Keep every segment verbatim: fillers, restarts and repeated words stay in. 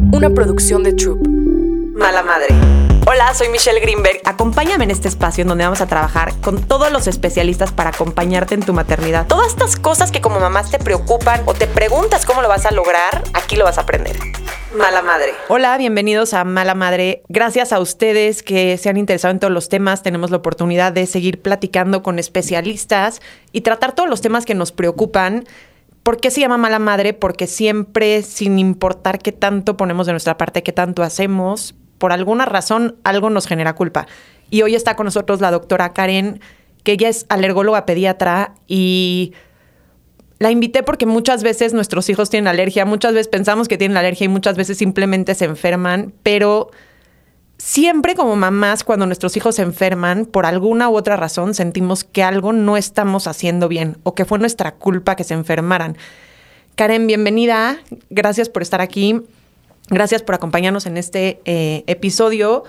una producción de Troop. Mala Madre. Hola, soy Michelle Greenberg. Acompáñame en este espacio en donde vamos a trabajar con todos los especialistas para acompañarte en tu maternidad. Todas estas cosas que como mamás te preocupan o te preguntas cómo lo vas a lograr, aquí lo vas a aprender. Mala Madre. Hola, bienvenidos a Mala Madre. Gracias a ustedes que se han interesado en todos los temas. Tenemos la oportunidad de seguir platicando con especialistas y tratar todos los temas que nos preocupan. ¿Por qué se llama Mala Madre? Porque siempre, sin importar qué tanto ponemos de nuestra parte, qué tanto hacemos, por alguna razón algo nos genera culpa. Y hoy está con nosotros la doctora Karen, que ella es alergóloga pediatra, y la invité porque muchas veces nuestros hijos tienen alergia, muchas veces pensamos que tienen alergia y muchas veces simplemente se enferman, pero siempre como mamás, cuando nuestros hijos se enferman, por alguna u otra razón sentimos que algo no estamos haciendo bien o que fue nuestra culpa que se enfermaran. Karen, bienvenida. Gracias por estar aquí. Gracias por acompañarnos en este eh, episodio.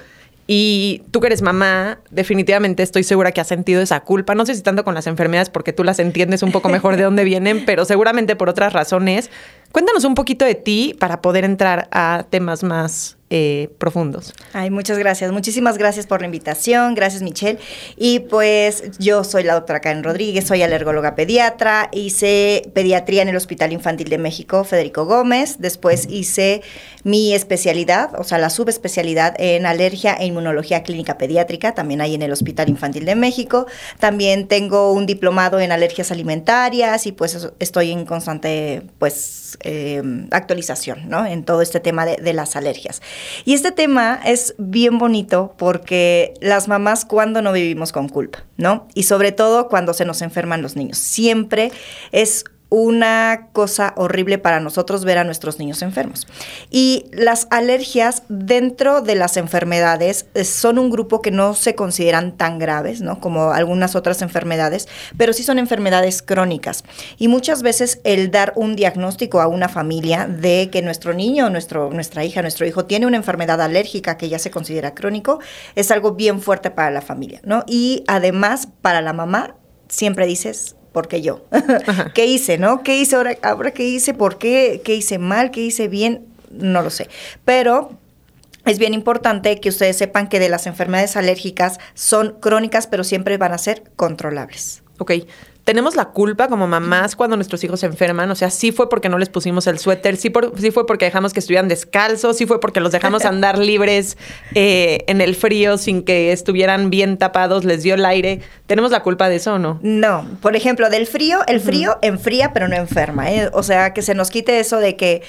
Y tú que eres mamá, definitivamente estoy segura que has sentido esa culpa. No sé si tanto con las enfermedades porque tú las entiendes un poco mejor de dónde vienen, pero seguramente por otras razones. Cuéntanos un poquito de ti para poder entrar a temas más eh, profundos. Ay, muchas gracias. Muchísimas gracias por la invitación. Gracias, Michelle. Y pues yo soy la doctora Karen Rodríguez, soy alergóloga pediatra. Hice pediatría en el Hospital Infantil de México, Federico Gómez. Después hice mi especialidad, o sea, la subespecialidad en alergia e inmunología clínica pediátrica, también ahí en el Hospital Infantil de México. También tengo un diplomado en alergias alimentarias y pues estoy en constante, pues, Eh, actualización, ¿no? En todo este tema de, de las alergias. Y este tema es bien bonito porque las mamás, ¿cuándo no vivimos con culpa, no? Y sobre todo cuando se nos enferman los niños. Siempre es una cosa horrible para nosotros ver a nuestros niños enfermos. Y las alergias dentro de las enfermedades son un grupo que no se consideran tan graves, ¿no? Como algunas otras enfermedades, pero sí son enfermedades crónicas. Y muchas veces el dar un diagnóstico a una familia de que nuestro niño, nuestro, nuestra hija, nuestro hijo tiene una enfermedad alérgica que ya se considera crónico, es algo bien fuerte para la familia, ¿no? Y además, para la mamá, siempre dices, ¿por qué yo? ¿Qué hice, no? ¿Qué hice ahora? ¿Ahora qué hice? ¿Por qué? ¿Qué hice mal? ¿Qué hice bien? No lo sé. Pero es bien importante que ustedes sepan que de las enfermedades alérgicas son crónicas, pero siempre van a ser controlables. Ok. Tenemos la culpa como mamás cuando nuestros hijos se enferman. O sea, sí fue porque no les pusimos el suéter, sí, por, sí fue porque dejamos que estuvieran descalzos, sí fue porque los dejamos andar libres eh, en el frío sin que estuvieran bien tapados, les dio el aire. ¿Tenemos la culpa de eso o no? No. Por ejemplo, del frío, el frío uh-huh. enfría pero no enferma, ¿eh? O sea, que se nos quite eso de que,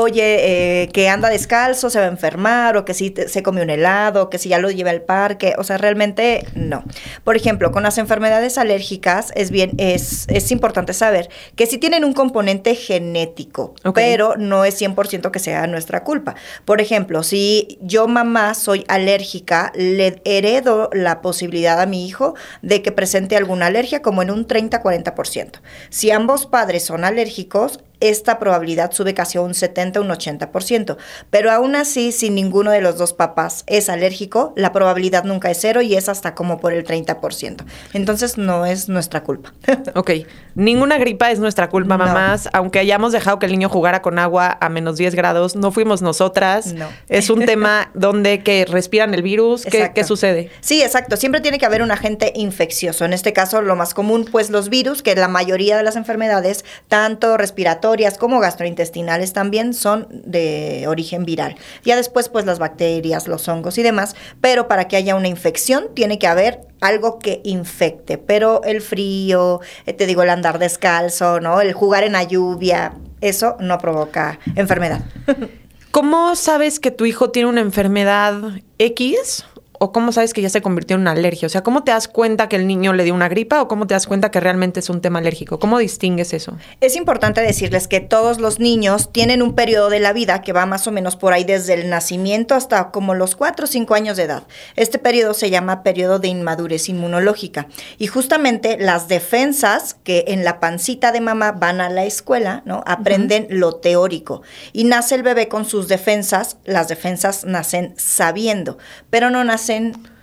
oye, eh, que anda descalzo, se va a enfermar, o que si te, se come un helado, que si ya lo lleva al parque. O sea, realmente no. Por ejemplo, con las enfermedades alérgicas es bien... Es, es importante saber que sí tienen un componente genético, okay, pero no es cien por ciento que sea nuestra culpa. Por ejemplo, si yo mamá soy alérgica, le heredo la posibilidad a mi hijo de que presente alguna alergia como en un treinta a cuarenta por ciento. Si ambos padres son alérgicos, esta probabilidad sube casi a un setenta, un ochenta por ciento. Pero aún así, si ninguno de los dos papás es alérgico, la probabilidad nunca es cero y es hasta como por el treinta por ciento. Entonces, no es nuestra culpa. Ok. Ninguna gripa es nuestra culpa, mamás. No. Aunque hayamos dejado que el niño jugara con agua a menos diez grados, no fuimos nosotras. No. Es un tema donde que respiran el virus. ¿Qué, ¿Qué sucede? Sí, exacto. Siempre tiene que haber un agente infeccioso. En este caso, lo más común, pues los virus, que la mayoría de las enfermedades, tanto respiratorias como gastrointestinales, también son de origen viral. Ya después, pues las bacterias, los hongos y demás, pero para que haya una infección tiene que haber algo que infecte. Pero el frío, eh, te digo, el andar descalzo, ¿no? El jugar en la lluvia, eso no provoca enfermedad. ¿Cómo sabes que tu hijo tiene una enfermedad X? ¿O cómo sabes que ya se convirtió en una alergia? O sea, ¿cómo te das cuenta que el niño le dio una gripa o cómo te das cuenta que realmente es un tema alérgico? ¿Cómo distingues eso? Es importante decirles que todos los niños tienen un periodo de la vida que va más o menos por ahí desde el nacimiento hasta como los cuatro o cinco años de edad. Este periodo se llama periodo de inmadurez inmunológica. Y justamente las defensas que en la pancita de mamá van a la escuela, ¿no? Aprenden uh-huh. lo teórico. Y nace el bebé con sus defensas. Las defensas nacen sabiendo, pero no nacen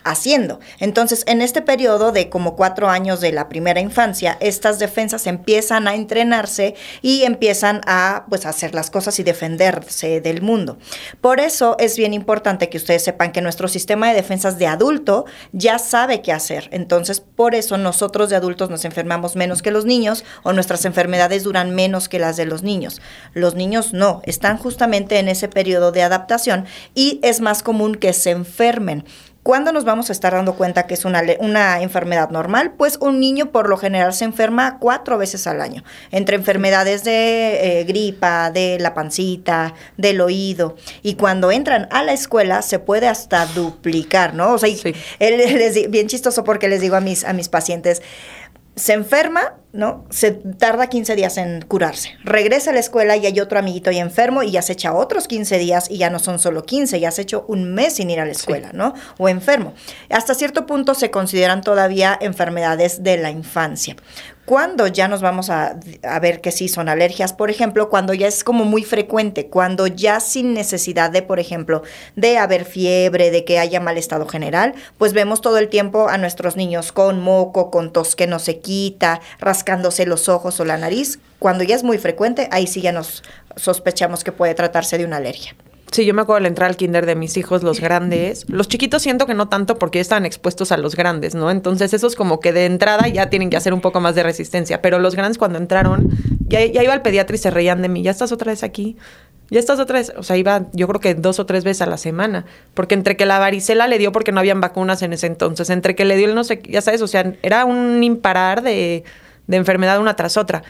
haciendo. Entonces, en este periodo de como cuatro años de la primera infancia, estas defensas empiezan a entrenarse y empiezan a, pues, hacer las cosas y defenderse del mundo. Por eso es bien importante que ustedes sepan que nuestro sistema de defensas de adulto ya sabe qué hacer. Entonces, por eso nosotros de adultos nos enfermamos menos que los niños o nuestras enfermedades duran menos que las de los niños. Los niños no, están justamente en ese periodo de adaptación y es más común que se enfermen. ¿Cuándo nos vamos a estar dando cuenta que es una, una enfermedad normal? Pues un niño por lo general se enferma cuatro veces al año, entre enfermedades de eh, gripa, de la pancita, del oído. Y cuando entran a la escuela se puede hasta duplicar, ¿no? O sea, sí. él, les, bien chistoso porque les digo a mis, a mis pacientes, se enferma, ¿no? Se tarda quince días en curarse. Regresa a la escuela y hay otro amiguito ahí enfermo y ya se echa otros quince días y ya no son solo quince, ya se hecho un mes sin ir a la escuela, sí. ¿no? O enfermo. Hasta cierto punto se consideran todavía enfermedades de la infancia. Cuando ya nos vamos a, a ver que sí son alergias, por ejemplo, cuando ya es como muy frecuente, cuando ya sin necesidad de, por ejemplo, de haber fiebre, de que haya mal estado general, pues vemos todo el tiempo a nuestros niños con moco, con tos que no se quita, rascándose los ojos o la nariz. Cuando ya es muy frecuente, ahí sí ya nos sospechamos que puede tratarse de una alergia. Sí, yo me acuerdo al entrar al kinder de mis hijos, los grandes. Los chiquitos siento que no tanto porque ya estaban expuestos a los grandes, ¿no? Entonces esos como que de entrada ya tienen que hacer un poco más de resistencia. Pero los grandes cuando entraron, ya, ya iba al pediatra y se reían de mí. ¿Ya estás otra vez aquí? ¿Ya estás otra vez? O sea, iba yo creo que dos o tres veces a la semana. Porque entre que la varicela le dio porque no habían vacunas en ese entonces, entre que le dio el no sé, ya sabes, o sea, era un imparar de, de enfermedad una tras otra.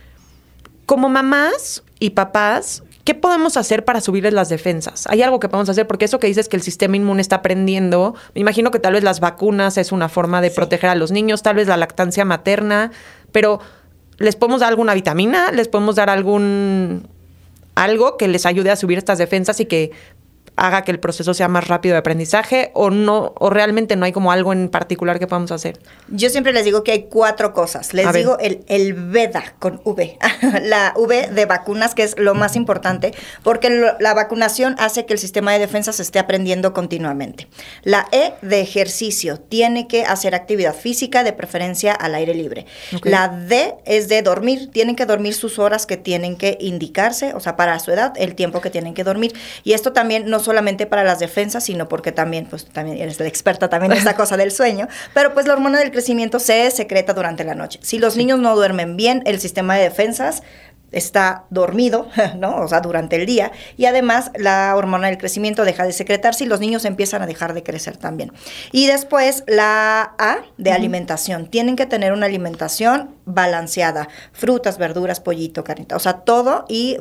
Como mamás y papás, ¿qué podemos hacer para subirles las defensas? ¿Hay algo que podemos hacer? Porque eso que dices que el sistema inmune está aprendiendo, me imagino que tal vez las vacunas es una forma de sí. proteger a los niños, tal vez la lactancia materna, pero ¿les podemos dar alguna vitamina? ¿Les podemos dar algún algo que les ayude a subir estas defensas y que haga que el proceso sea más rápido de aprendizaje o no, o realmente no hay como algo en particular que podamos hacer? Yo siempre les digo que hay cuatro cosas. Les digo el, el VEDA con V, la V de vacunas, que es lo más importante, porque lo, la vacunación hace que el sistema de defensas esté aprendiendo continuamente. La E de ejercicio, tiene que hacer actividad física, de preferencia al aire libre. Okay. La D es de dormir, tienen que dormir sus horas que tienen que indicarse, o sea, para su edad, el tiempo que tienen que dormir. Y esto también no solamente para las defensas, sino porque también, pues también eres la experta también en esta cosa del sueño, pero pues la hormona del crecimiento se secreta durante la noche. Si los sí. niños no duermen bien, el sistema de defensas está dormido, ¿no? O sea, durante el día, y además la hormona del crecimiento deja de secretarse y los niños empiezan a dejar de crecer también. Y después la A de uh-huh. alimentación. Tienen que tener una alimentación balanceada, frutas, verduras, pollito, carnita, o sea, todo y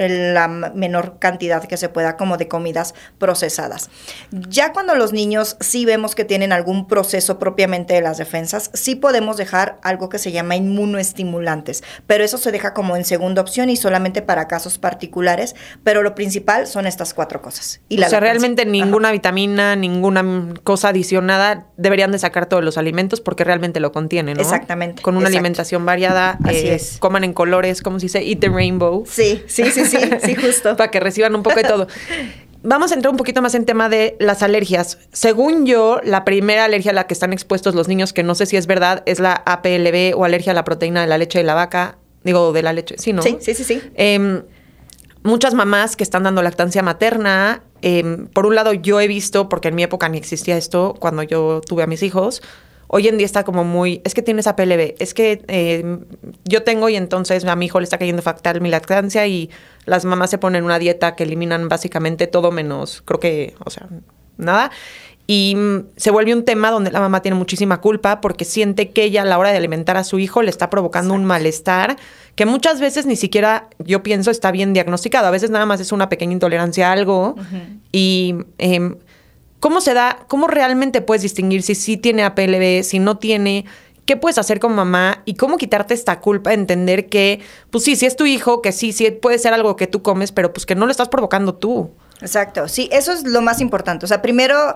la menor cantidad que se pueda como de comidas procesadas. Ya cuando los niños sí vemos que tienen algún proceso propiamente de las defensas, sí podemos dejar algo que se llama inmunoestimulantes, pero eso se deja como en segunda opción y solamente para casos particulares, pero lo principal son estas cuatro cosas. Y la o sea, lactancia. Realmente ninguna Ajá. vitamina, ninguna cosa adicionada, deberían de sacar todos los alimentos porque realmente lo contiene, ¿no? Exactamente. Con una exacto. alimentación variada, Así eh, es. Coman en colores, como se dice, eat the rainbow. Sí, sí, sí. Sí, sí, justo. Para que reciban un poco de todo. Vamos a entrar un poquito más en tema de las alergias. Según yo, la primera alergia a la que están expuestos los niños, que no sé si es verdad, es la A P L B o alergia a la proteína de la leche de la vaca. Digo, de la leche, sí, ¿no? Sí, sí, sí, sí. Eh, muchas mamás que están dando lactancia materna, eh, por un lado yo he visto, porque en mi época ni existía esto, cuando yo tuve a mis hijos, hoy en día está como muy, es que tienes A P L B, es que eh, yo tengo y entonces a mi hijo le está cayendo fatal mi lactancia y las mamás se ponen una dieta que eliminan básicamente todo menos, creo que, o sea, nada. Y mm, se vuelve un tema donde la mamá tiene muchísima culpa porque siente que ella a la hora de alimentar a su hijo le está provocando Exacto. un malestar que muchas veces ni siquiera, yo pienso, está bien diagnosticado. A veces nada más es una pequeña intolerancia a algo uh-huh. y... Eh, ¿Cómo se da, cómo realmente puedes distinguir si sí tiene A P L B, si no tiene? ¿Qué puedes hacer como mamá? Y cómo quitarte esta culpa, entender que, pues sí, si es tu hijo, que sí, sí puede ser algo que tú comes, pero pues que no lo estás provocando tú. Exacto, sí, eso es lo más importante. O sea, primero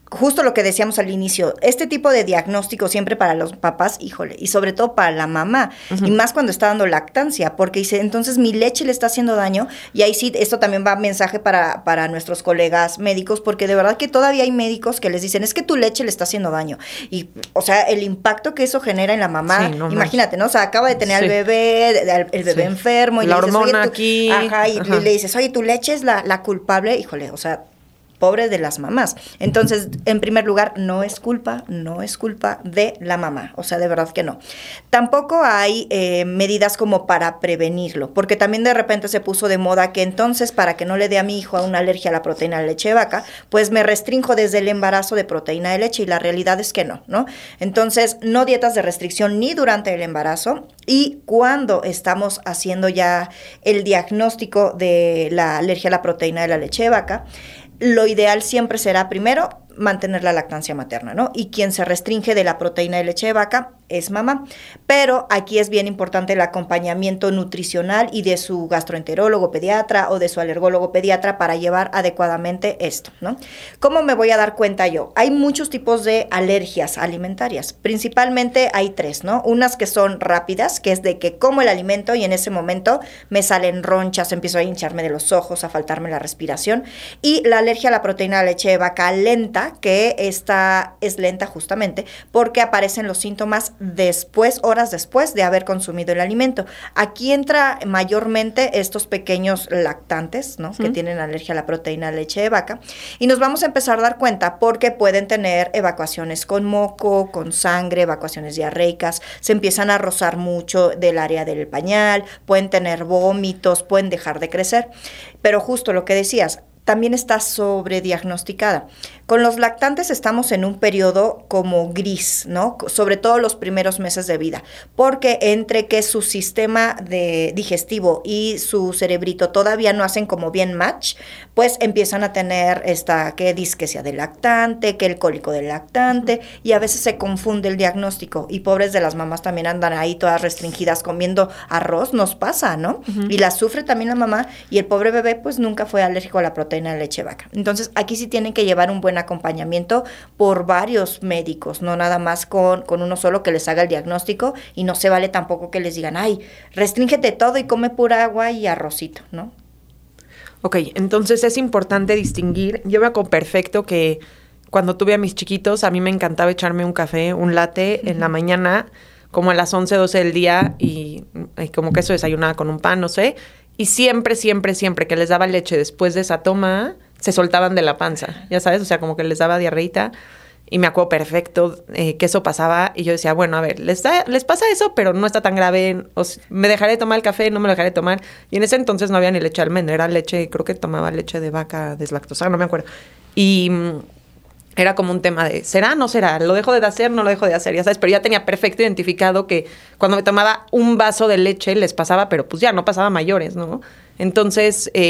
justo lo que decíamos al inicio, este tipo de diagnóstico siempre para los papás, híjole, y sobre todo para la mamá, uh-huh. y más cuando está dando lactancia, porque dice, entonces mi leche le está haciendo daño, y ahí sí, esto también va mensaje para, para nuestros colegas médicos, porque de verdad que todavía hay médicos que les dicen, es que tu leche le está haciendo daño, y, o sea, el impacto que eso genera en la mamá, sí, no imagínate, ¿no? O sea, acaba de tener sí. al bebé, el, el bebé sí. enfermo, y la le dices, hormona oye, aquí, ajá, y ajá. le dices, oye, tu leche es la, la culpable, híjole, o sea, pobre de las mamás. Entonces, en primer lugar, no es culpa, no es culpa de la mamá, o sea, de verdad que no. Tampoco hay eh, medidas como para prevenirlo, porque también de repente se puso de moda que entonces, para que no le dé a mi hijo una alergia a la proteína de leche de vaca, pues me restrinjo desde el embarazo de proteína de leche, y la realidad es que no, ¿no? Entonces, no dietas de restricción ni durante el embarazo, y cuando estamos haciendo ya el diagnóstico de la alergia a la proteína de la leche de vaca, lo ideal siempre será, primero, mantener la lactancia materna, ¿no? Y quien se restringe de la proteína de leche de vaca es mamá. Pero aquí es bien importante el acompañamiento nutricional y de su gastroenterólogo pediatra o de su alergólogo pediatra para llevar adecuadamente esto, ¿no? ¿Cómo me voy a dar cuenta yo? Hay muchos tipos de alergias alimentarias. Principalmente hay tres, ¿no? Unas que son rápidas, que es de que como el alimento y en ese momento me salen ronchas, empiezo a hincharme de los ojos, a faltarme la respiración. Y la alergia a la proteína de leche de vaca lenta, que esta es lenta justamente porque aparecen los síntomas después, horas después de haber consumido el alimento. Aquí entra mayormente estos pequeños lactantes, ¿no? Uh-huh. Que tienen alergia a la proteína de leche de vaca, y nos vamos a empezar a dar cuenta porque pueden tener evacuaciones con moco, con sangre, evacuaciones diarreicas, se empiezan a rozar mucho del área del pañal, pueden tener vómitos, pueden dejar de crecer, pero justo lo que decías, también está sobrediagnosticada. Con los lactantes estamos en un periodo como gris, ¿no? Sobre todo los primeros meses de vida, porque entre que su sistema de digestivo y su cerebrito todavía no hacen como bien match, pues empiezan a tener esta, que disquesia del lactante, que el cólico del lactante, y a veces se confunde el diagnóstico, y pobres de las mamás también andan ahí todas restringidas comiendo arroz, nos pasa, ¿no? Uh-huh. Y la sufre también la mamá, y el pobre bebé pues nunca fue alérgico a la proteína de leche de vaca. Entonces, aquí sí tienen que llevar un buen acompañamiento por varios médicos, no nada más con, con uno solo que les haga el diagnóstico, y no se vale tampoco que les digan, ay, restríngete todo y come pura agua y arrocito, ¿no? Ok, entonces es importante distinguir. Yo me acuerdo perfecto que cuando tuve a mis chiquitos, a mí me encantaba echarme un café, un latte uh-huh. en la mañana, como a las once, doce del día, y, y como que eso desayunaba con un pan, no sé. Y siempre, siempre, siempre que les daba leche después de esa toma, se soltaban de la panza, ya sabes, o sea, como que les daba diarreíta. Y me acuerdo perfecto eh, que eso pasaba. Y yo decía, bueno, a ver, les, da, les pasa eso, pero no está tan grave. O sea, me dejaré de tomar el café, no me lo dejaré de tomar. Y en ese entonces no había ni leche de almendra, era leche, creo que tomaba leche de vaca deslactosada, no me acuerdo. Y mmm, era como un tema de, ¿será? ¿No será? ¿Lo dejo de hacer? ¿No lo dejo de hacer? Ya sabes, pero ya tenía perfecto identificado que cuando me tomaba un vaso de leche les pasaba, pero pues ya no pasaba a mayores, ¿no? Entonces, eh,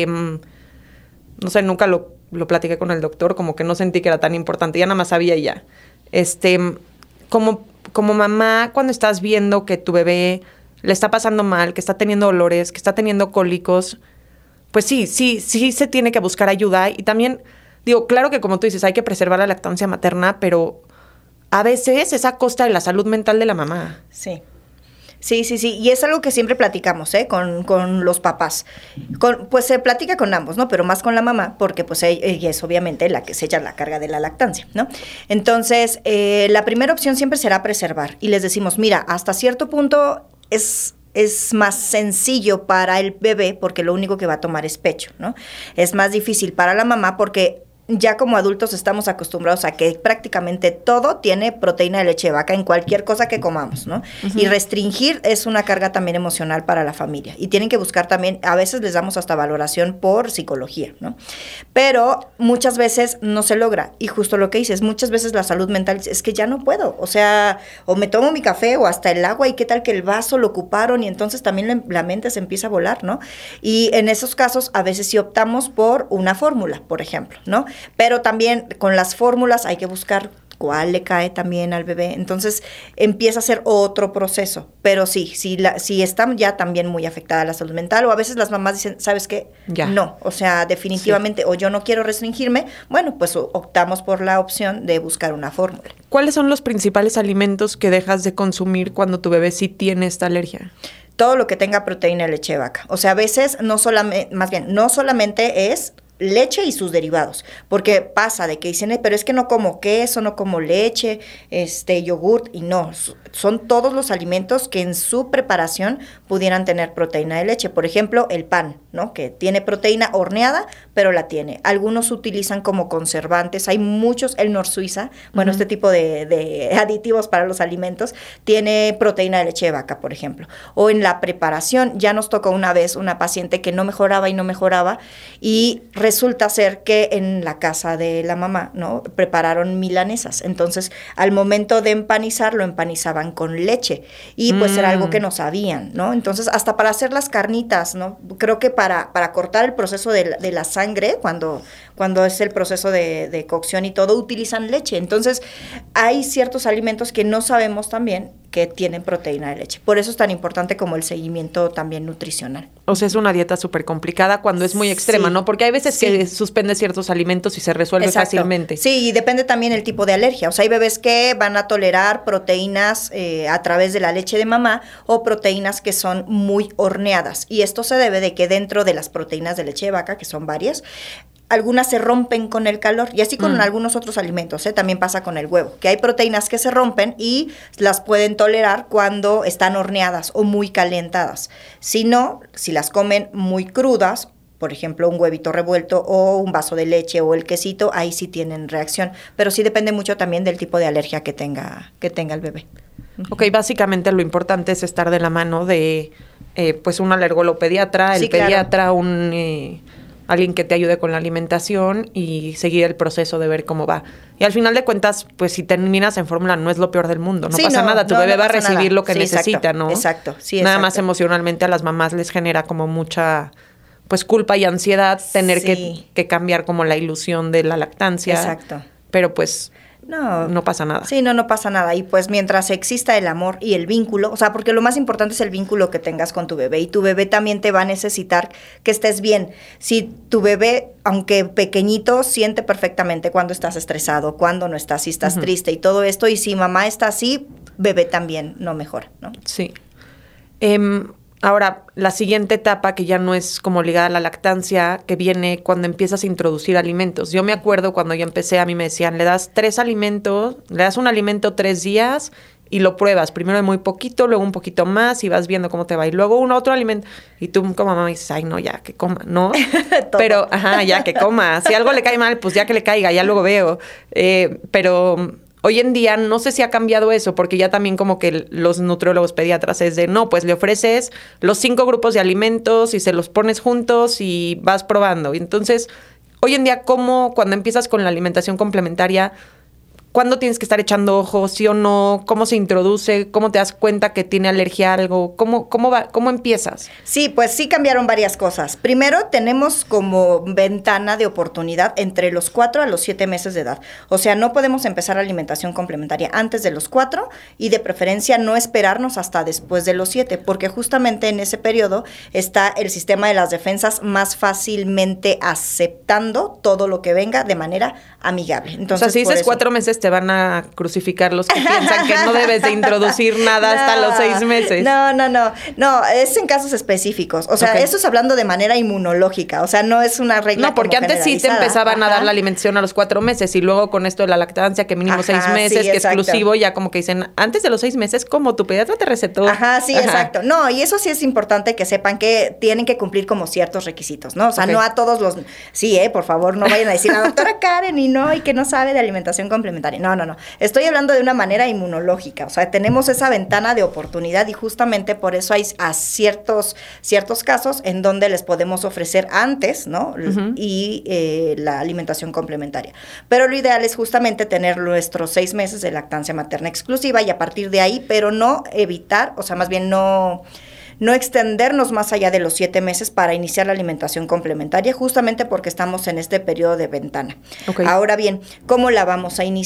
no sé, nunca lo, lo platiqué con el doctor, como que no sentí que era tan importante, ya nada más sabía y ya. Este, como, como mamá, cuando estás viendo que tu bebé le está pasando mal, que está teniendo dolores, que está teniendo cólicos, pues sí, sí, sí se tiene que buscar ayuda. Y también, digo, claro que como tú dices, hay que preservar la lactancia materna, pero a veces es a costa de la salud mental de la mamá. Sí. Sí, sí, sí, y es algo que siempre platicamos, ¿eh? Con, con los papás. Con, pues se platica con ambos, ¿no? Pero más con la mamá, porque pues ella es obviamente la que se echa la carga de la lactancia, ¿no? Entonces, eh, la primera opción siempre será preservar. Y les decimos, mira, hasta cierto punto es... es más sencillo para el bebé porque lo único que va a tomar es pecho, ¿no? Es más difícil para la mamá porque ya como adultos estamos acostumbrados a que prácticamente todo tiene proteína de leche de vaca en cualquier cosa que comamos, ¿no? Uh-huh. Y restringir es una carga también emocional para la familia. Y tienen que buscar también, a veces les damos hasta valoración por psicología, ¿no? Pero muchas veces no se logra. Y justo lo que dices, muchas veces la salud mental es que ya no puedo. O sea, o me tomo mi café o hasta el agua y qué tal que el vaso lo ocuparon y entonces también la, la mente se empieza a volar, ¿no? Y en esos casos a veces sí optamos por una fórmula, por ejemplo, ¿no? Pero también con las fórmulas hay que buscar cuál le cae también al bebé. Entonces empieza a ser otro proceso. Pero sí, si, la, si está ya también muy afectada la salud mental, o a veces las mamás dicen, ¿sabes qué? Ya. No, o sea, definitivamente, sí. o yo no quiero restringirme, bueno, pues optamos por la opción de buscar una fórmula. ¿Cuáles son los principales alimentos que dejas de consumir cuando tu bebé sí tiene esta alergia? Todo lo que tenga proteína de leche de vaca. O sea, a veces no solamente, más bien, no solamente es leche y sus derivados, porque pasa de que dicen, pero es que no como queso, no como leche, este, yogurt, y no, son todos los alimentos que en su preparación pudieran tener proteína de leche. Por ejemplo, el pan, ¿no? Que tiene proteína horneada, pero la tiene. Algunos utilizan como conservantes, hay muchos, el Nor Suiza, bueno, uh-huh. este tipo de, de aditivos para los alimentos, tiene proteína de leche de vaca, por ejemplo. O en la preparación, ya nos tocó una vez una paciente que no mejoraba y no mejoraba, y resulta ser que en la casa de la mamá, ¿no? Prepararon milanesas. Entonces, al momento de empanizar, lo empanizaban con leche. Y pues mm. era algo que no sabían, ¿no? Entonces, hasta para hacer las carnitas, ¿no? Creo que para, para cortar el proceso de, de la sangre, cuando, cuando es el proceso de, de cocción y todo, utilizan leche. Entonces, hay ciertos alimentos que no sabemos también que tienen proteína de leche. Por eso es tan importante como el seguimiento también nutricional. O sea, es una dieta súper complicada cuando es muy extrema, sí. ¿no? Porque hay veces sí. que suspende ciertos alimentos y se resuelve Exacto. fácilmente. Sí, y depende también el tipo de alergia. O sea, hay bebés que van a tolerar proteínas eh, a través de la leche de mamá o proteínas que son muy horneadas. Y esto se debe de que dentro de las proteínas de leche de vaca, que son varias, algunas se rompen con el calor, y así con mm. algunos otros alimentos, ¿eh? También pasa con el huevo, que hay proteínas que se rompen y las pueden tolerar cuando están horneadas o muy calentadas. Si no, si las comen muy crudas, por ejemplo, un huevito revuelto o un vaso de leche o el quesito, ahí sí tienen reacción. Pero sí depende mucho también del tipo de alergia que tenga, que tenga el bebé. Ok, básicamente lo importante es estar de la mano de eh, pues un alergólogo pediatra, el sí, pediatra, claro. un... Eh, alguien que te ayude con la alimentación y seguir el proceso de ver cómo va. Y al final de cuentas, pues si terminas en fórmula no es lo peor del mundo, no sí, pasa no, nada, tu no, bebé no va a recibir nada. Lo que sí, necesita, exacto, ¿no? Exacto, sí, Nada exacto. más emocionalmente a las mamás les genera como mucha, pues culpa y ansiedad tener sí. que, que cambiar como la ilusión de la lactancia. Exacto. Pero pues... No, no pasa nada. Sí, no, no pasa nada. Y pues mientras exista el amor y el vínculo, o sea, porque lo más importante es el vínculo que tengas con tu bebé, y tu bebé también te va a necesitar que estés bien. Si tu bebé, aunque pequeñito, siente perfectamente cuando estás estresado, cuando no estás, si estás uh-huh. triste y todo esto, y si mamá está así, bebé también no mejora, ¿no? Sí. Eh, Ahora, la siguiente etapa, que ya no es como ligada a la lactancia, que viene cuando empiezas a introducir alimentos. Yo me acuerdo cuando yo empecé, a mí me decían, le das tres alimentos, le das un alimento tres días y lo pruebas. Primero de muy poquito, luego un poquito más y vas viendo cómo te va. Y luego un otro alimento. Y tú como mamá dices, ay, no, ya, que coma, ¿no? Pero, ajá, ya, que coma. Si algo le cae mal, pues ya que le caiga, ya luego veo. Eh, pero... Hoy en día no sé si ha cambiado eso, porque ya también como que los nutriólogos pediatras es de, no, pues le ofreces los cinco grupos de alimentos y se los pones juntos y vas probando. Y entonces, hoy en día, ¿cómo cuando empiezas con la alimentación complementaria, cuándo tienes que estar echando ojos, sí o no? ¿Cómo se introduce? ¿Cómo te das cuenta que tiene alergia a algo? ¿Cómo, cómo, va, cómo empiezas? Sí, pues sí cambiaron varias cosas. Primero, tenemos como ventana de oportunidad entre los cuatro a los siete meses de edad. O sea, no podemos empezar alimentación complementaria antes de los cuatro y de preferencia no esperarnos hasta después de los siete, porque justamente en ese periodo está el sistema de las defensas más fácilmente aceptando todo lo que venga de manera amigable. Entonces, o sea, si dices cuatro meses, te van a crucificar los que piensan que no debes de introducir nada no, hasta los seis meses. No, no, no. No, es en casos específicos. O sea, okay. eso es hablando de manera inmunológica. O sea, no es una regla. No, porque antes sí te empezaban Ajá. a dar la alimentación a los cuatro meses y luego con esto de la lactancia, que mínimo Ajá, seis meses, sí, que exacto. exclusivo, ya como que dicen, antes de los seis meses, como tu pediatra te recetó. Ajá, sí, Ajá. exacto. No, y eso sí es importante que sepan que tienen que cumplir como ciertos requisitos, ¿no? O sea, okay. no a todos los... Sí, eh, por favor, no vayan a decir la doctora Karen y no, y que no sabe de alimentación complementaria. No, no, no. Estoy hablando de una manera inmunológica. O sea, tenemos esa ventana de oportunidad y justamente por eso hay a ciertos, ciertos casos en donde les podemos ofrecer antes, ¿no? Uh-huh. Y eh, la alimentación complementaria. Pero lo ideal es justamente tener nuestros seis meses de lactancia materna exclusiva y a partir de ahí, pero no evitar, o sea, más bien no... no extendernos más allá de los siete meses para iniciar la alimentación complementaria, justamente porque estamos en este periodo de ventana. Okay. Ahora bien, ¿cómo la vamos a iniciar?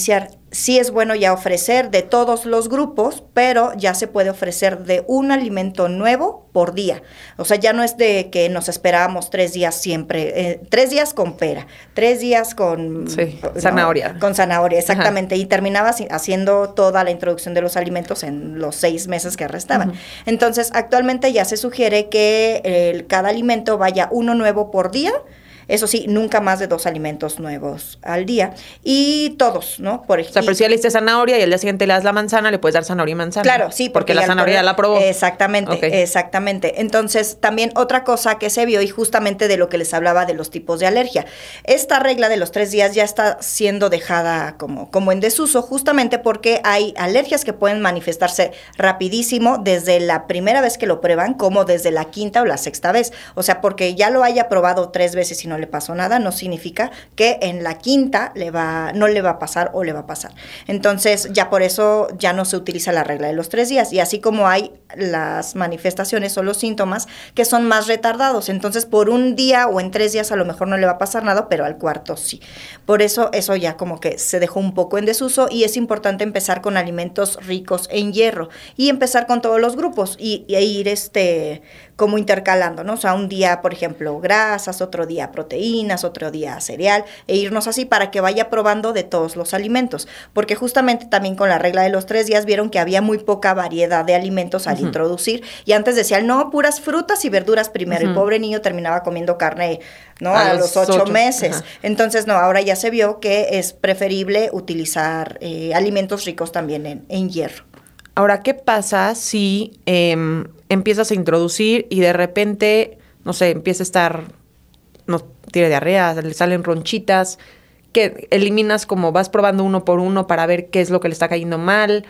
sí es bueno ya ofrecer de todos los grupos, pero ya se puede ofrecer de un alimento nuevo por día. O sea, ya no es de que nos esperábamos tres días siempre, eh, tres días con pera, tres días con... Sí, ¿no? zanahoria. Con zanahoria, exactamente. Ajá. Y terminabas haciendo toda la introducción de los alimentos en los seis meses que restaban. Uh-huh. Entonces, actualmente ya se sugiere que eh, cada alimento vaya uno nuevo por día. Eso sí, nunca más de dos alimentos nuevos al día. Y todos, ¿no? Por ejemplo. O sea, pero si ya le diste zanahoria y al día siguiente le das la manzana, le puedes dar zanahoria y manzana. Claro, sí. Porque, porque la zanahoria ya la probó. Exactamente, okay. exactamente. Entonces, también otra cosa que se vio, y justamente de lo que les hablaba de los tipos de alergia. Esta regla de los tres días ya está siendo dejada como, como en desuso, justamente porque hay alergias que pueden manifestarse rapidísimo desde la primera vez que lo prueban, como desde la quinta o la sexta vez. O sea, porque ya lo haya probado tres veces y no le pasó nada, no significa que en la quinta le va, no le va a pasar o le va a pasar. Entonces, ya por eso ya no se utiliza la regla de los tres días. Y así como hay las manifestaciones o los síntomas que son más retardados. Entonces, por un día o en tres días a lo mejor no le va a pasar nada, pero al cuarto sí. Por eso, eso ya como que se dejó un poco en desuso y es importante empezar con alimentos ricos en hierro y empezar con todos los grupos y, y ir este... como intercalando, ¿no? O sea, un día, por ejemplo, grasas, otro día proteínas, otro día cereal, e irnos así para que vaya probando de todos los alimentos. Porque justamente también con la regla de los tres días vieron que había muy poca variedad de alimentos al uh-huh. introducir, y antes decían, no, puras frutas y verduras primero. Uh-huh. El pobre niño terminaba comiendo carne, ¿no? A, a los, los ocho, ocho meses. Uh-huh. Entonces, no, ahora ya se vio que es preferible utilizar eh, alimentos ricos también en, en hierro. Ahora, ¿qué pasa si eh, empiezas a introducir y de repente, no sé, empieza a estar, no tiene diarrea, le salen ronchitas, que eliminas como vas probando uno por uno para ver qué es lo que le está cayendo mal,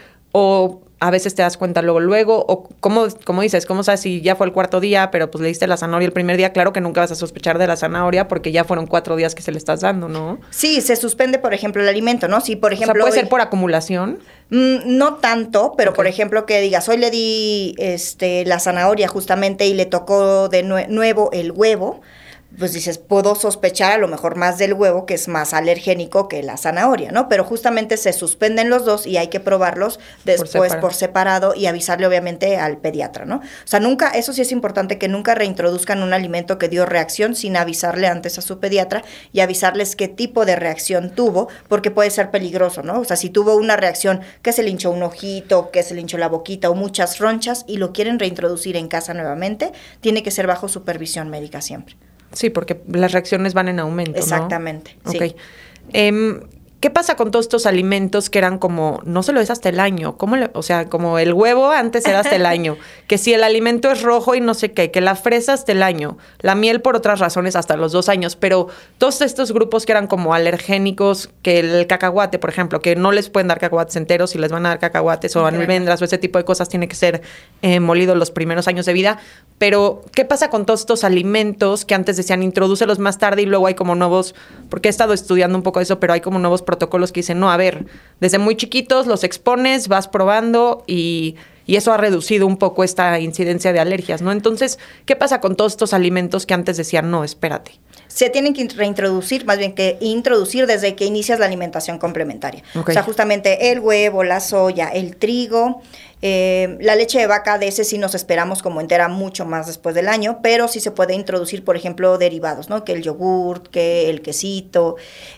o a veces te das cuenta luego, luego, o cómo, como dices, cómo sabes si ya fue el cuarto día, pero pues le diste la zanahoria el primer día? Claro que nunca vas a sospechar de la zanahoria porque ya fueron cuatro días que se le estás dando, ¿no? Sí, se suspende, por ejemplo, el alimento, ¿no? Si, por ejemplo... O sea, ¿puede ser por acumulación? Mm, no tanto, pero okay. por ejemplo que digas, hoy le di este, la zanahoria justamente y le tocó de nue- nuevo el huevo, pues dices, puedo sospechar a lo mejor más del huevo, que es más alergénico que la zanahoria, ¿no? Pero justamente se suspenden los dos y hay que probarlos después por separado, por separado y avisarle obviamente al pediatra, ¿no? O sea, nunca, eso sí es importante, que nunca reintroduzcan un alimento que dio reacción sin avisarle antes a su pediatra y avisarles qué tipo de reacción tuvo, porque puede ser peligroso, ¿no? O sea, si tuvo una reacción que se le hinchó un ojito, que se le hinchó la boquita o muchas ronchas y lo quieren reintroducir en casa nuevamente, tiene que ser bajo supervisión médica siempre. Sí, porque las reacciones van en aumento, exactamente, ¿no? sí. Ok. Eh, ¿Qué pasa con todos estos alimentos que eran como, no se lo des hasta el año? ¿Cómo le, o sea, como el huevo antes era hasta el año. Que si el alimento es rojo y no sé qué, que la fresa hasta el año. La miel por otras razones hasta los dos años. Pero todos estos grupos que eran como alergénicos, que el cacahuate, por ejemplo, que no les pueden dar cacahuates enteros, si les van a dar cacahuates o almendras o ese tipo de cosas, tiene que ser eh, molido los primeros años de vida. Pero, ¿qué pasa con todos estos alimentos que antes decían introdúcelos más tarde y luego hay como nuevos, porque he estado estudiando un poco eso, pero hay como nuevos protocolos que dicen, no, a ver, desde muy chiquitos los expones, vas probando y, y eso ha reducido un poco esta incidencia de alergias, ¿no? Entonces, ¿qué pasa con todos estos alimentos que antes decían, no, espérate? Se tienen que reintroducir, más bien que introducir desde que inicias la alimentación complementaria. Okay. O sea, justamente el huevo, la soya, el trigo, eh, la leche de vaca, de ese sí nos esperamos como entera mucho más después del año, pero sí se puede introducir, por ejemplo, derivados, ¿no? Que el yogurt, que el quesito,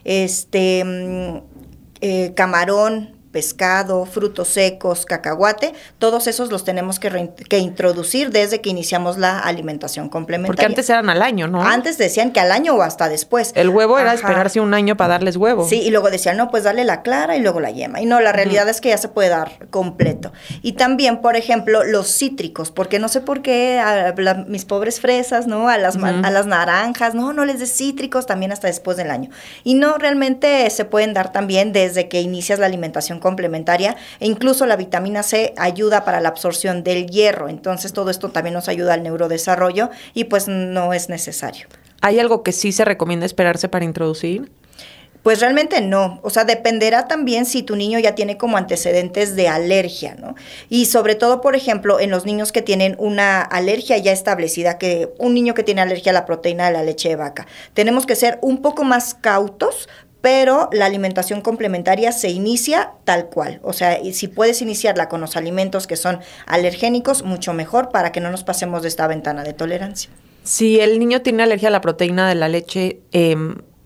este, eh, camarón, pescado, frutos secos, cacahuate, todos esos los tenemos que, re- que introducir desde que iniciamos la alimentación complementaria. Porque antes eran al año, ¿no? Antes decían que al año o hasta después. El huevo era Ajá. esperarse un año para darles huevo. Sí, y luego decían, no, pues dale la clara y luego la yema. Y no, la realidad uh-huh. es que ya se puede dar completo. Y también, por ejemplo, los cítricos, porque no sé por qué a la, mis pobres fresas, ¿no? A las, uh-huh. a las naranjas, no, no les des cítricos también hasta después del año. Y no, realmente se pueden dar también desde que inicias la alimentación complementaria, e incluso la vitamina C ayuda para la absorción del hierro, entonces todo esto también nos ayuda al neurodesarrollo y pues no es necesario. ¿Hay algo que sí se recomienda esperarse para introducir? Pues realmente no, o sea, dependerá también si tu niño ya tiene como antecedentes de alergia, ¿no? Y sobre todo, por ejemplo, en los niños que tienen una alergia ya establecida, que un niño que tiene alergia a la proteína de la leche de vaca, tenemos que ser un poco más cautos pero la alimentación complementaria se inicia tal cual. O sea, y si puedes iniciarla con los alimentos que son alergénicos, mucho mejor para que no nos pasemos de esta ventana de tolerancia. Si el niño tiene alergia a la proteína de la leche, eh,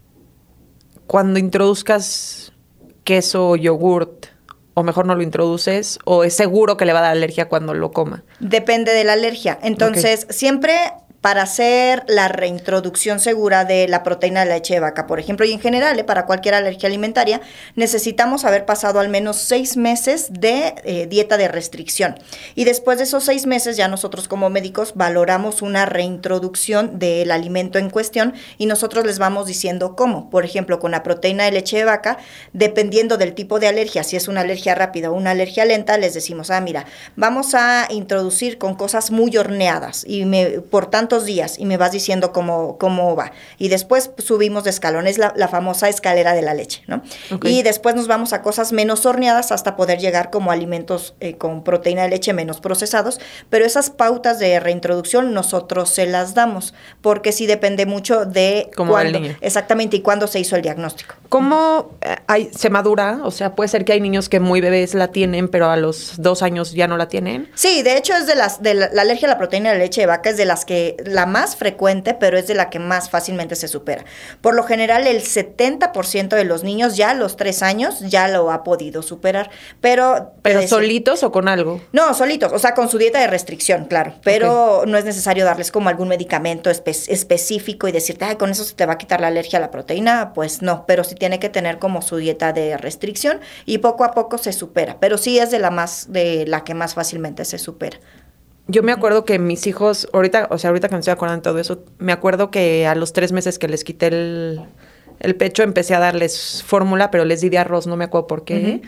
cuando introduzcas queso o yogurt, o mejor no lo introduces, o es seguro que le va a dar alergia cuando lo coma. Depende de la alergia. Entonces, okay. siempre para hacer la reintroducción segura de la proteína de la leche de vaca, por ejemplo, y en general, ¿eh? para cualquier alergia alimentaria, necesitamos haber pasado al menos seis meses de eh, dieta de restricción. Y después de esos seis meses, ya nosotros como médicos valoramos una reintroducción del alimento en cuestión y nosotros les vamos diciendo cómo. Por ejemplo, con la proteína de leche de vaca, dependiendo del tipo de alergia, si es una alergia rápida o una alergia lenta, les decimos, ah, mira, vamos a introducir con cosas muy horneadas y me, por tanto, días y me vas diciendo cómo, cómo va. Y después subimos de escalón, es la, la famosa escalera de la leche, ¿no? Okay. Y después nos vamos a cosas menos horneadas hasta poder llegar como alimentos eh, con proteína de leche menos procesados, pero esas pautas de reintroducción nosotros se las damos, porque sí depende mucho de como cuándo, exactamente, y cuándo se hizo el diagnóstico. ¿Cómo hay, se madura? O sea, puede ser que hay niños que muy bebés la tienen, pero a los dos años ya no la tienen. Sí, de hecho es de las, de la, la alergia a la proteína de leche de vaca es de las que la más frecuente, pero es de la que más fácilmente se supera. Por lo general, el setenta por ciento de los niños ya a los tres años ya lo ha podido superar. Pero, ¿Pero eh, solitos o con algo? No, solitos, o sea, con su dieta de restricción, claro. Pero okay. no es necesario darles como algún medicamento espe- específico y decirte, ay, con eso se te va a quitar la alergia a la proteína. Pues no, pero sí tiene que tener como su dieta de restricción y poco a poco se supera. Pero sí es de la más, de la que más fácilmente se supera. Yo me acuerdo que mis hijos, ahorita, o sea, ahorita que me estoy acordando de todo eso, me acuerdo que a los tres meses que les quité el, el pecho empecé a darles fórmula, pero les di de arroz, no me acuerdo por qué.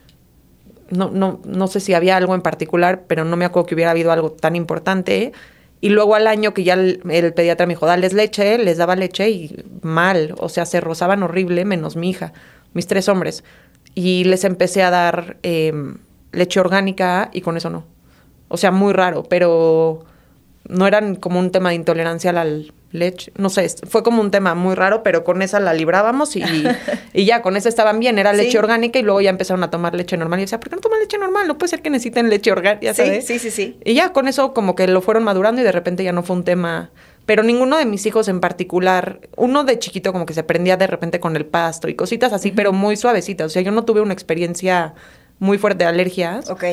Uh-huh. No, no, no sé si había algo en particular, pero no me acuerdo que hubiera habido algo tan importante. Y luego al año que ya el, el pediatra me dijo, dales leche, les daba leche y mal, o sea, se rozaban horrible, menos mi hija, mis tres hombres. Y les empecé a dar eh, leche orgánica y con eso no. O sea, muy raro, pero no eran como un tema de intolerancia a la leche. No sé, fue como un tema muy raro, pero con esa la librábamos y, y ya, con esa estaban bien. Era leche sí. orgánica y luego ya empezaron a tomar leche normal. Y yo decía, ¿por qué no toman leche normal? No puede ser que necesiten leche orgánica, ¿sabes? Sí, sí, sí, sí. Y ya con eso como que lo fueron madurando y de repente ya no fue un tema. Pero ninguno de mis hijos en particular, uno de chiquito como que se prendía de repente con el pasto y cositas así, uh-huh. pero muy suavecitas. O sea, yo no tuve una experiencia muy fuerte de alergias. Ok.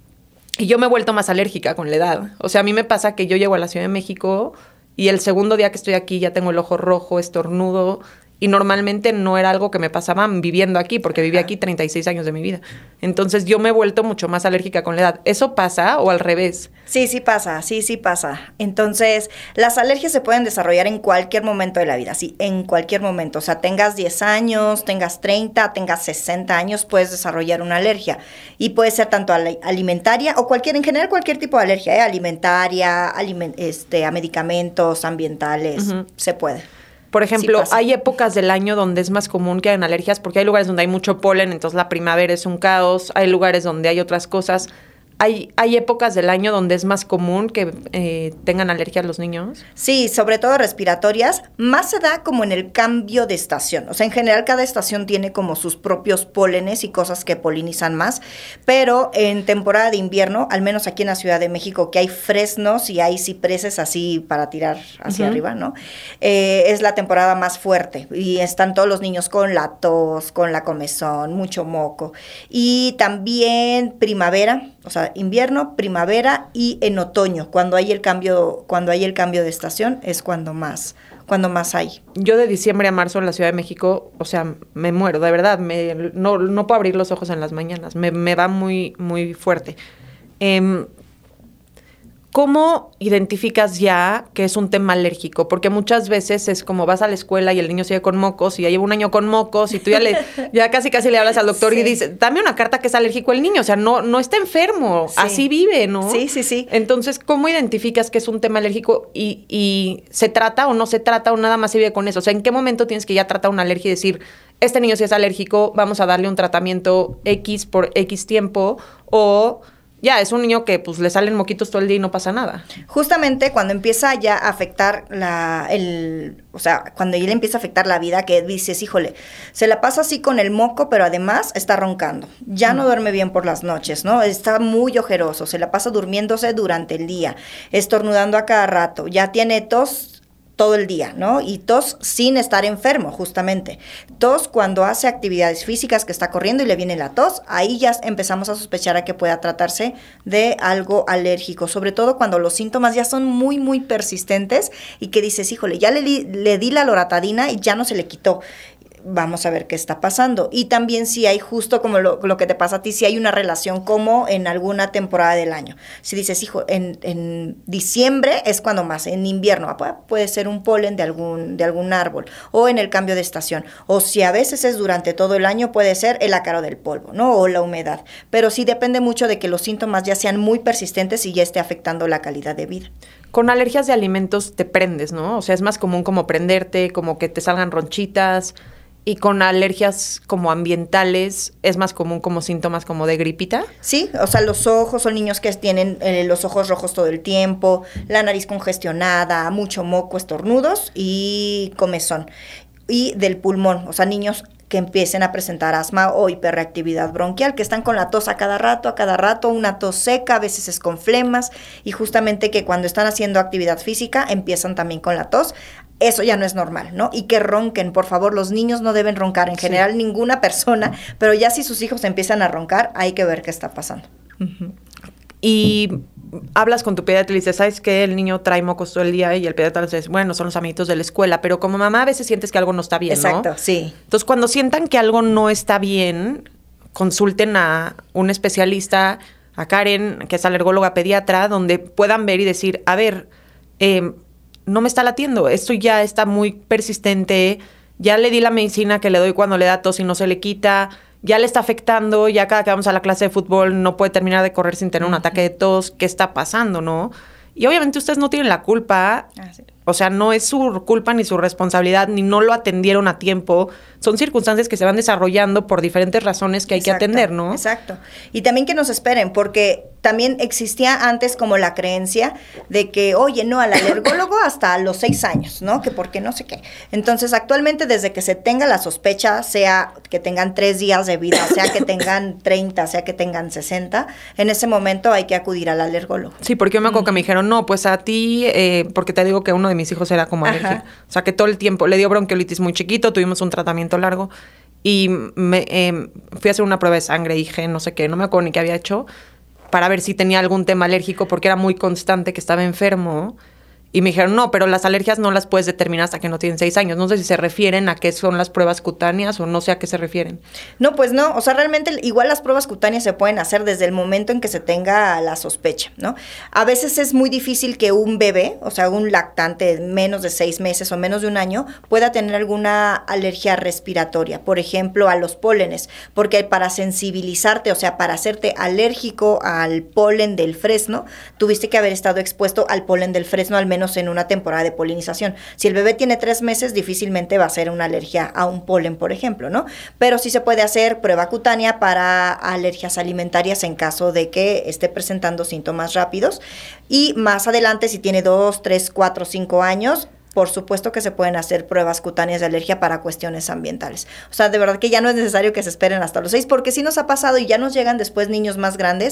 Y yo me he vuelto más alérgica con la edad. O sea, a mí me pasa que yo llego a la Ciudad de México y el segundo día que estoy aquí ya tengo el ojo rojo, estornudo. Y normalmente no era algo que me pasaba viviendo aquí, porque viví aquí treinta y seis años de mi vida. Entonces yo me he vuelto mucho más alérgica con la edad. ¿Eso pasa o al revés? Sí, sí pasa, sí, sí pasa. Entonces, las alergias se pueden desarrollar en cualquier momento de la vida, sí, en cualquier momento. O sea, tengas diez años, tengas treinta, tengas sesenta años, puedes desarrollar una alergia. Y puede ser tanto alimentaria o cualquier, en general cualquier tipo de alergia, ¿eh? Alimentaria, aliment, este, a medicamentos, ambientales, uh-huh. se puede. Por ejemplo, sí hay épocas del año donde es más común que hayan alergias, porque hay lugares donde hay mucho polen, entonces la primavera es un caos. Hay lugares donde hay otras cosas. ¿Hay, hay épocas del año donde es más común que eh, tengan alergia a los niños? Sí, sobre todo respiratorias. Más se da como en el cambio de estación. O sea, en general cada estación tiene como sus propios pólenes y cosas que polinizan más. Pero en temporada de invierno, al menos aquí en la Ciudad de México, que hay fresnos y hay cipreses así para tirar hacia uh-huh. arriba, ¿no? Eh, es la temporada más fuerte. Y están todos los niños con la tos, con la comezón, mucho moco. Y también primavera, o sea, invierno, primavera y en otoño, cuando hay el cambio, cuando hay el cambio de estación, es cuando más, cuando más hay. Yo de diciembre a marzo en la Ciudad de México, o sea, me muero, de verdad, me, no, no puedo abrir los ojos en las mañanas, me, me va muy, muy fuerte. Eh, ¿Cómo identificas ya que es un tema alérgico? Porque muchas veces es como vas a la escuela y el niño sigue con mocos y ya lleva un año con mocos y tú ya le ya casi casi le hablas al doctor sí. y dices, dame una carta que es alérgico el niño. O sea, no, no está enfermo, sí. así vive, ¿no? Sí, sí, sí. Entonces, ¿cómo identificas que es un tema alérgico y, y se trata o no se trata o nada más se vive con eso? O sea, ¿en qué momento tienes que ya tratar una alergia y decir, este niño sí es alérgico, vamos a darle un tratamiento X por X tiempo o... ya es un niño que pues le salen moquitos todo el día y no pasa nada. Justamente cuando empieza ya a afectar la, el, o sea, cuando ya le empieza a afectar la vida, que dices, híjole, se la pasa así con el moco, pero además está roncando, ya mm. no duerme bien por las noches, ¿no? Está muy ojeroso, se la pasa durmiéndose durante el día, estornudando a cada rato, ya tiene tos todo el día, ¿no? Y tos sin estar enfermo, justamente. Tos cuando hace actividades físicas, que está corriendo y le viene la tos, ahí ya empezamos a sospechar a que pueda tratarse de algo alérgico, sobre todo cuando los síntomas ya son muy, muy persistentes y que dices, híjole, ya le, le di la loratadina y ya no se le quitó. Vamos a ver qué está pasando. Y también si hay, justo como lo, lo que te pasa a ti, si hay una relación como en alguna temporada del año. Si dices, hijo, en, en diciembre es cuando más, en invierno puede ser un polen de algún, de algún árbol, o en el cambio de estación. O si a veces es durante todo el año, puede ser el ácaro del polvo, ¿no? O la humedad. Pero sí depende mucho de que los síntomas ya sean muy persistentes y ya esté afectando la calidad de vida. Con alergias de alimentos te prendes, ¿no? O sea, es más común como prenderte, como que te salgan ronchitas. Y con alergias como ambientales, ¿es más común como síntomas como de gripita? Sí, o sea, los ojos, son niños que tienen eh, los ojos rojos todo el tiempo, la nariz congestionada, mucho moco, estornudos y comezón. Y del pulmón, o sea, niños que empiecen a presentar asma o hiperreactividad bronquial, que están con la tos a cada rato, a cada rato, una tos seca, a veces es con flemas, y justamente que cuando están haciendo actividad física empiezan también con la tos. Eso ya no es normal, ¿no? Y que ronquen, por favor, los niños no deben roncar, en sí. general ninguna persona, pero ya si sus hijos empiezan a roncar, hay que ver qué está pasando. Uh-huh. Y hablas con tu pediatra y le dices, ¿sabes qué? El niño trae mocos todo el día, y el pediatra le dice, bueno, son los amiguitos de la escuela, pero como mamá a veces sientes que algo no está bien, Exacto, ¿no? sí. Entonces, cuando sientan que algo no está bien, consulten a un especialista, a Karen, que es alergóloga pediatra, donde puedan ver y decir, a ver, eh, no me está latiendo, esto ya está muy persistente, ya le di la medicina que le doy cuando le da tos y no se le quita, ya le está afectando, ya cada que vamos a la clase de fútbol no puede terminar de correr sin tener un ataque de tos, ¿qué está pasando, no? Y obviamente ustedes no tienen la culpa, ah, sí. O sea, no es su culpa ni su responsabilidad, ni no lo atendieron a tiempo. Son circunstancias que se van desarrollando por diferentes razones que hay exacto, que atender, ¿no? Exacto. Y también que nos esperen, porque también existía antes como la creencia de que, oye, no, al alergólogo hasta los seis años, ¿no? Que porque no sé qué. Entonces, actualmente, desde que se tenga la sospecha, sea que tengan tres días de vida, sea que tengan treinta, sea que tengan sesenta, en ese momento hay que acudir al alergólogo. Sí, porque yo me acuerdo mm. que me dijeron, no, pues a ti, eh, porque te digo que uno de mis hijos era como alérgico. O sea, que todo el tiempo le dio bronquiolitis muy chiquito, tuvimos un tratamiento largo y me, eh, fui a hacer una prueba de sangre, dije, no sé qué, no me acuerdo ni qué había hecho, para ver si tenía algún tema alérgico, porque era muy constante que estaba enfermo. Y me dijeron, no, pero las alergias no las puedes determinar hasta que no tienen seis años. No sé si se refieren a qué son las pruebas cutáneas o no sé a qué se refieren. No, pues no. O sea, realmente igual las pruebas cutáneas se pueden hacer desde el momento en que se tenga la sospecha, ¿no? A veces es muy difícil que un bebé, o sea, un lactante de menos de seis meses o menos de un año, pueda tener alguna alergia respiratoria. Por ejemplo, a los pólenes. Porque para sensibilizarte, o sea, para hacerte alérgico al polen del fresno, tuviste que haber estado expuesto al polen del fresno al menos en una temporada de polinización. Si el bebé tiene tres meses, difícilmente va a ser una alergia a un polen, por ejemplo, ¿no? Pero sí se puede hacer prueba cutánea para alergias alimentarias en caso de que esté presentando síntomas rápidos. Y más adelante, si tiene dos, tres, cuatro, cinco años, por supuesto que se pueden hacer pruebas cutáneas de alergia para cuestiones ambientales. O sea, de verdad que ya no es necesario que se esperen hasta los seis, porque sí nos ha pasado y ya nos llegan después niños más grandes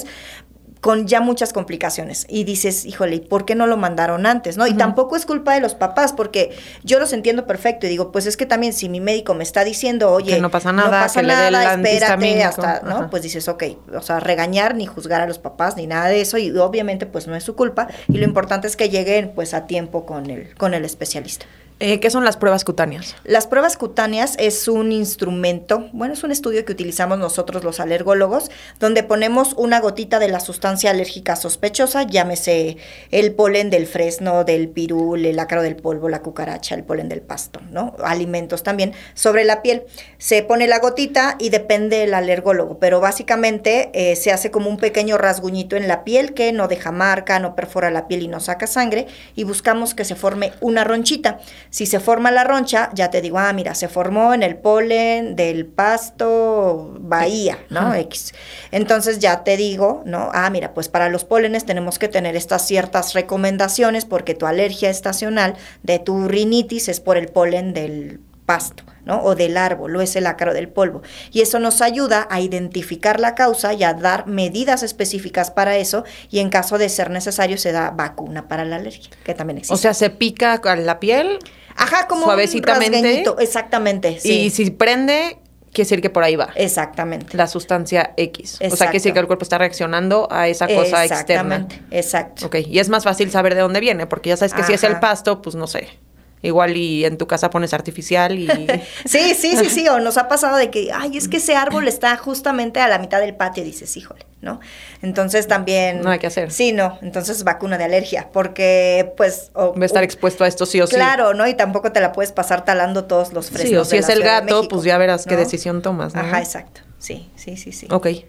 con ya muchas complicaciones, y dices, híjole, ¿por qué no lo mandaron antes? ¿No? Uh-huh. Y tampoco es culpa de los papás, porque yo los entiendo perfecto, y digo, pues es que también si mi médico me está diciendo, oye, que no pasa nada, no pasa que nada, le dé el espérate hasta, ¿no? Ajá. Pues dices, ok, o sea, regañar ni juzgar a los papás, ni nada de eso, y obviamente pues no es su culpa, y lo importante es que lleguen pues a tiempo con el, con el especialista. Eh, ¿Qué son las pruebas cutáneas? Las pruebas cutáneas es un instrumento, bueno, es un estudio que utilizamos nosotros los alergólogos, donde ponemos una gotita de la sustancia alérgica sospechosa, llámese el polen del fresno, del pirul, el ácaro del polvo, la cucaracha, el polen del pasto, ¿no? Alimentos también, sobre la piel. Se pone la gotita y depende del alergólogo, pero básicamente eh, se hace como un pequeño rasguñito en la piel que no deja marca, no perfora la piel y no saca sangre, y buscamos que se forme una ronchita. Si se forma la roncha, ya te digo, ah, mira, se formó en el polen del pasto Bahía, ¿no? Ajá. X. Entonces ya te digo, ¿no? Ah, mira, pues para los pólenes tenemos que tener estas ciertas recomendaciones porque tu alergia estacional de tu rinitis es por el polen del pasto, ¿no? O del árbol, o es el ácaro del polvo. Y eso nos ayuda a identificar la causa y a dar medidas específicas para eso, y en caso de ser necesario se da vacuna para la alergia, que también existe. O sea, se pica con la piel. Ajá, como suavecitamente, un rasgueñito, exactamente, sí. Y si prende, quiere decir que por ahí va. Exactamente. La sustancia X. Exacto. O sea, quiere decir que el cuerpo está reaccionando a esa cosa externa. Exactamente, exacto. Ok, y es más fácil saber de dónde viene, porque ya sabes que Ajá. si es el pasto, pues no sé. Igual y en tu casa pones artificial y... Sí, sí, sí, sí, o nos ha pasado de que, ay, es que ese árbol está justamente a la mitad del patio, dices, híjole, ¿no? Entonces también... No hay que hacer. Sí, no, entonces vacuna de alergia, porque pues... O, Va a estar o, expuesto a esto sí o sí. Claro, ¿no? Y tampoco te la puedes pasar talando todos los fresnos. Sí, o si de es la el Ciudad de gato, México, pues ya verás ¿no? qué decisión tomas, ¿no? Ajá, exacto, sí, sí, sí, sí. Ok.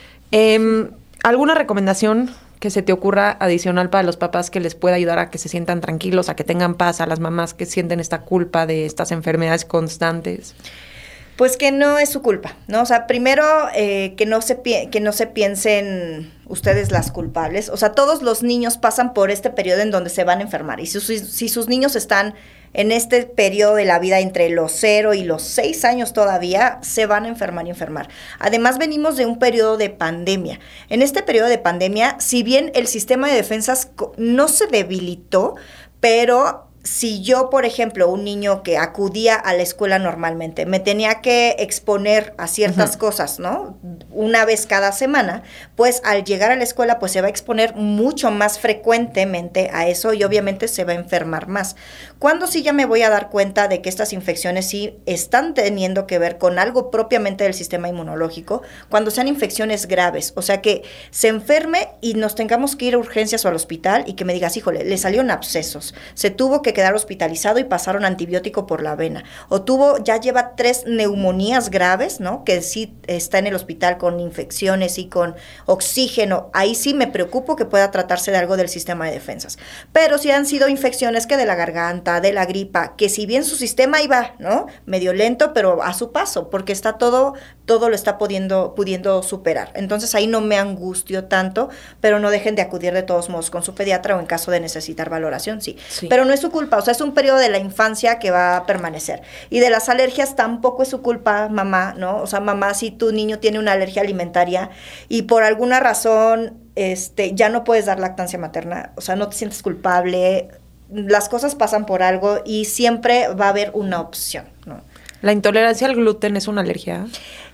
Eh, ¿Alguna recomendación que se te ocurra adicional para los papás que les pueda ayudar a que se sientan tranquilos, a que tengan paz, a las mamás que sienten esta culpa de estas enfermedades constantes? Pues que no es su culpa, ¿no? O sea, primero eh, que no se pi- que no se piensen ustedes las culpables. O sea, todos los niños pasan por este periodo en donde se van a enfermar. Y si, si, si sus niños están en este periodo de la vida entre los cero y los seis años todavía, se van a enfermar y enfermar. Además, venimos de un periodo de pandemia. En este periodo de pandemia, si bien el sistema de defensas no se debilitó, pero... Si yo, por ejemplo, un niño que acudía a la escuela normalmente, me tenía que exponer a ciertas uh-huh. cosas, ¿no? Una vez cada semana, pues al llegar a la escuela, pues se va a exponer mucho más frecuentemente a eso y obviamente se va a enfermar más. ¿Cuándo sí ya me voy a dar cuenta de que estas infecciones sí están teniendo que ver con algo propiamente del sistema inmunológico? Cuando sean infecciones graves, o sea que se enferme y nos tengamos que ir a urgencias o al hospital y que me digas, híjole, le salieron abscesos, se tuvo que quedar hospitalizado y pasaron antibiótico por la vena, o tuvo, ya lleva tres neumonías graves, ¿no? Que sí está en el hospital con infecciones y con oxígeno, ahí sí me preocupo que pueda tratarse de algo del sistema de defensas. Pero si han sido infecciones que de la garganta, de la gripa, que si bien su sistema iba, ¿no? Medio lento, pero a su paso, porque está todo, todo lo está pudiendo, pudiendo superar. Entonces ahí no me angustio tanto, pero no dejen de acudir de todos modos con su pediatra o en caso de necesitar valoración, sí. sí. Pero no es su culpa. O sea, es un periodo de la infancia que va a permanecer. Y de las alergias tampoco es su culpa, mamá, ¿no? O sea, mamá, si tu niño tiene una alergia alimentaria y por alguna razón este, ya no puedes dar lactancia materna, o sea, no te sientes culpable, las cosas pasan por algo y siempre va a haber una opción, ¿no? ¿La intolerancia al gluten es una alergia?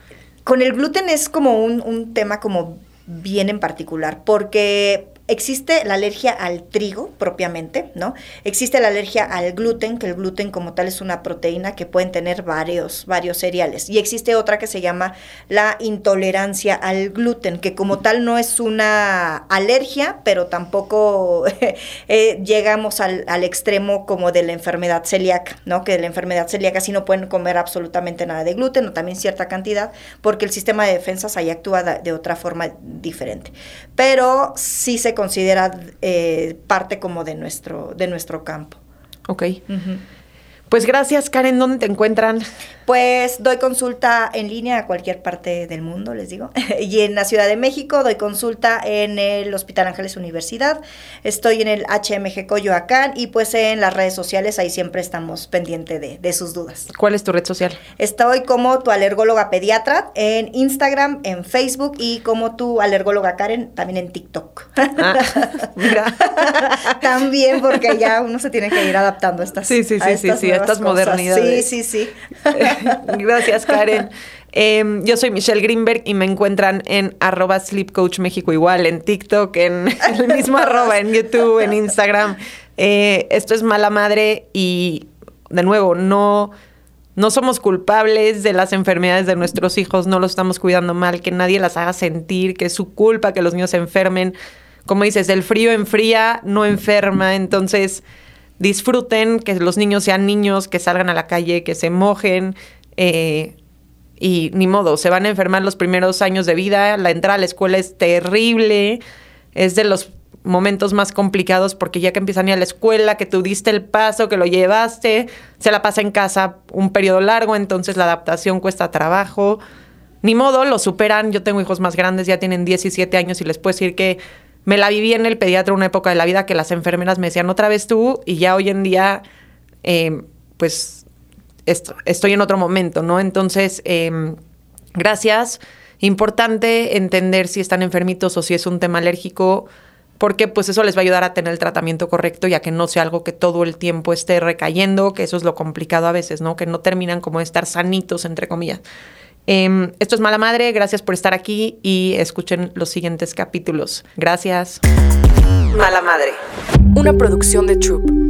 Con el gluten es como un, un tema como bien en particular, porque... Existe la alergia al trigo propiamente, ¿no? Existe la alergia al gluten, que el gluten como tal es una proteína que pueden tener varios, varios cereales. Y existe otra que se llama la intolerancia al gluten, que como tal no es una alergia, pero tampoco eh, llegamos al, al extremo como de la enfermedad celíaca, ¿no? Que de la enfermedad celíaca sí no pueden comer absolutamente nada de gluten o también cierta cantidad, porque el sistema de defensas ahí actúa de, de otra forma diferente. Pero sí se considera eh, parte como de nuestro, de nuestro campo. Ok. Uh-huh. Pues gracias, Karen. ¿Dónde te encuentran? Pues doy consulta en línea a cualquier parte del mundo, les digo. Y en la Ciudad de México doy consulta en el Hospital Ángeles Universidad. Estoy en el H M G Coyoacán y pues en las redes sociales, ahí siempre estamos pendientes de, de sus dudas. ¿Cuál es tu red social? Estoy como tu alergóloga pediatra en Instagram, en Facebook y como tu alergóloga Karen también en TikTok. Ah, mira. También porque ya uno se tiene que ir adaptando a estas Sí, sí, sí, a estas sí, sí, a estas cosas. modernidades. Sí, sí, sí. Gracias, Karen. Eh, yo soy Michelle Greenberg y me encuentran en arroba Sleep Coach México igual, en TikTok, en el mismo arroba, en YouTube, en Instagram. Eh, esto es Mala Madre y, de nuevo, no, no somos culpables de las enfermedades de nuestros hijos, no los estamos cuidando mal, que nadie las haga sentir, que es su culpa que los niños se enfermen. Como dices, el frío enfría, no enferma, entonces disfruten, que los niños sean niños, que salgan a la calle, que se mojen, eh, y ni modo, se van a enfermar los primeros años de vida, la entrada a la escuela es terrible, es de los momentos más complicados porque ya que empiezan a ir a la escuela, que tú diste el paso, que lo llevaste, se la pasa en casa un periodo largo, entonces la adaptación cuesta trabajo. Ni modo, lo superan. Yo tengo hijos más grandes, ya tienen diecisiete años y les puedo decir que me la viví en el pediatra una época de la vida que las enfermeras me decían otra vez tú y ya hoy en día eh, pues est- estoy en otro momento, ¿no? Entonces, eh, gracias. Importante entender si están enfermitos o si es un tema alérgico, porque pues eso les va a ayudar a tener el tratamiento correcto y a que no sea algo que todo el tiempo esté recayendo, que eso es lo complicado a veces, ¿no? Que no terminan como de estar sanitos, entre comillas. Eh, esto es Mala Madre, gracias por estar aquí y escuchen los siguientes capítulos. Gracias. Mala Madre. Una producción de Troop.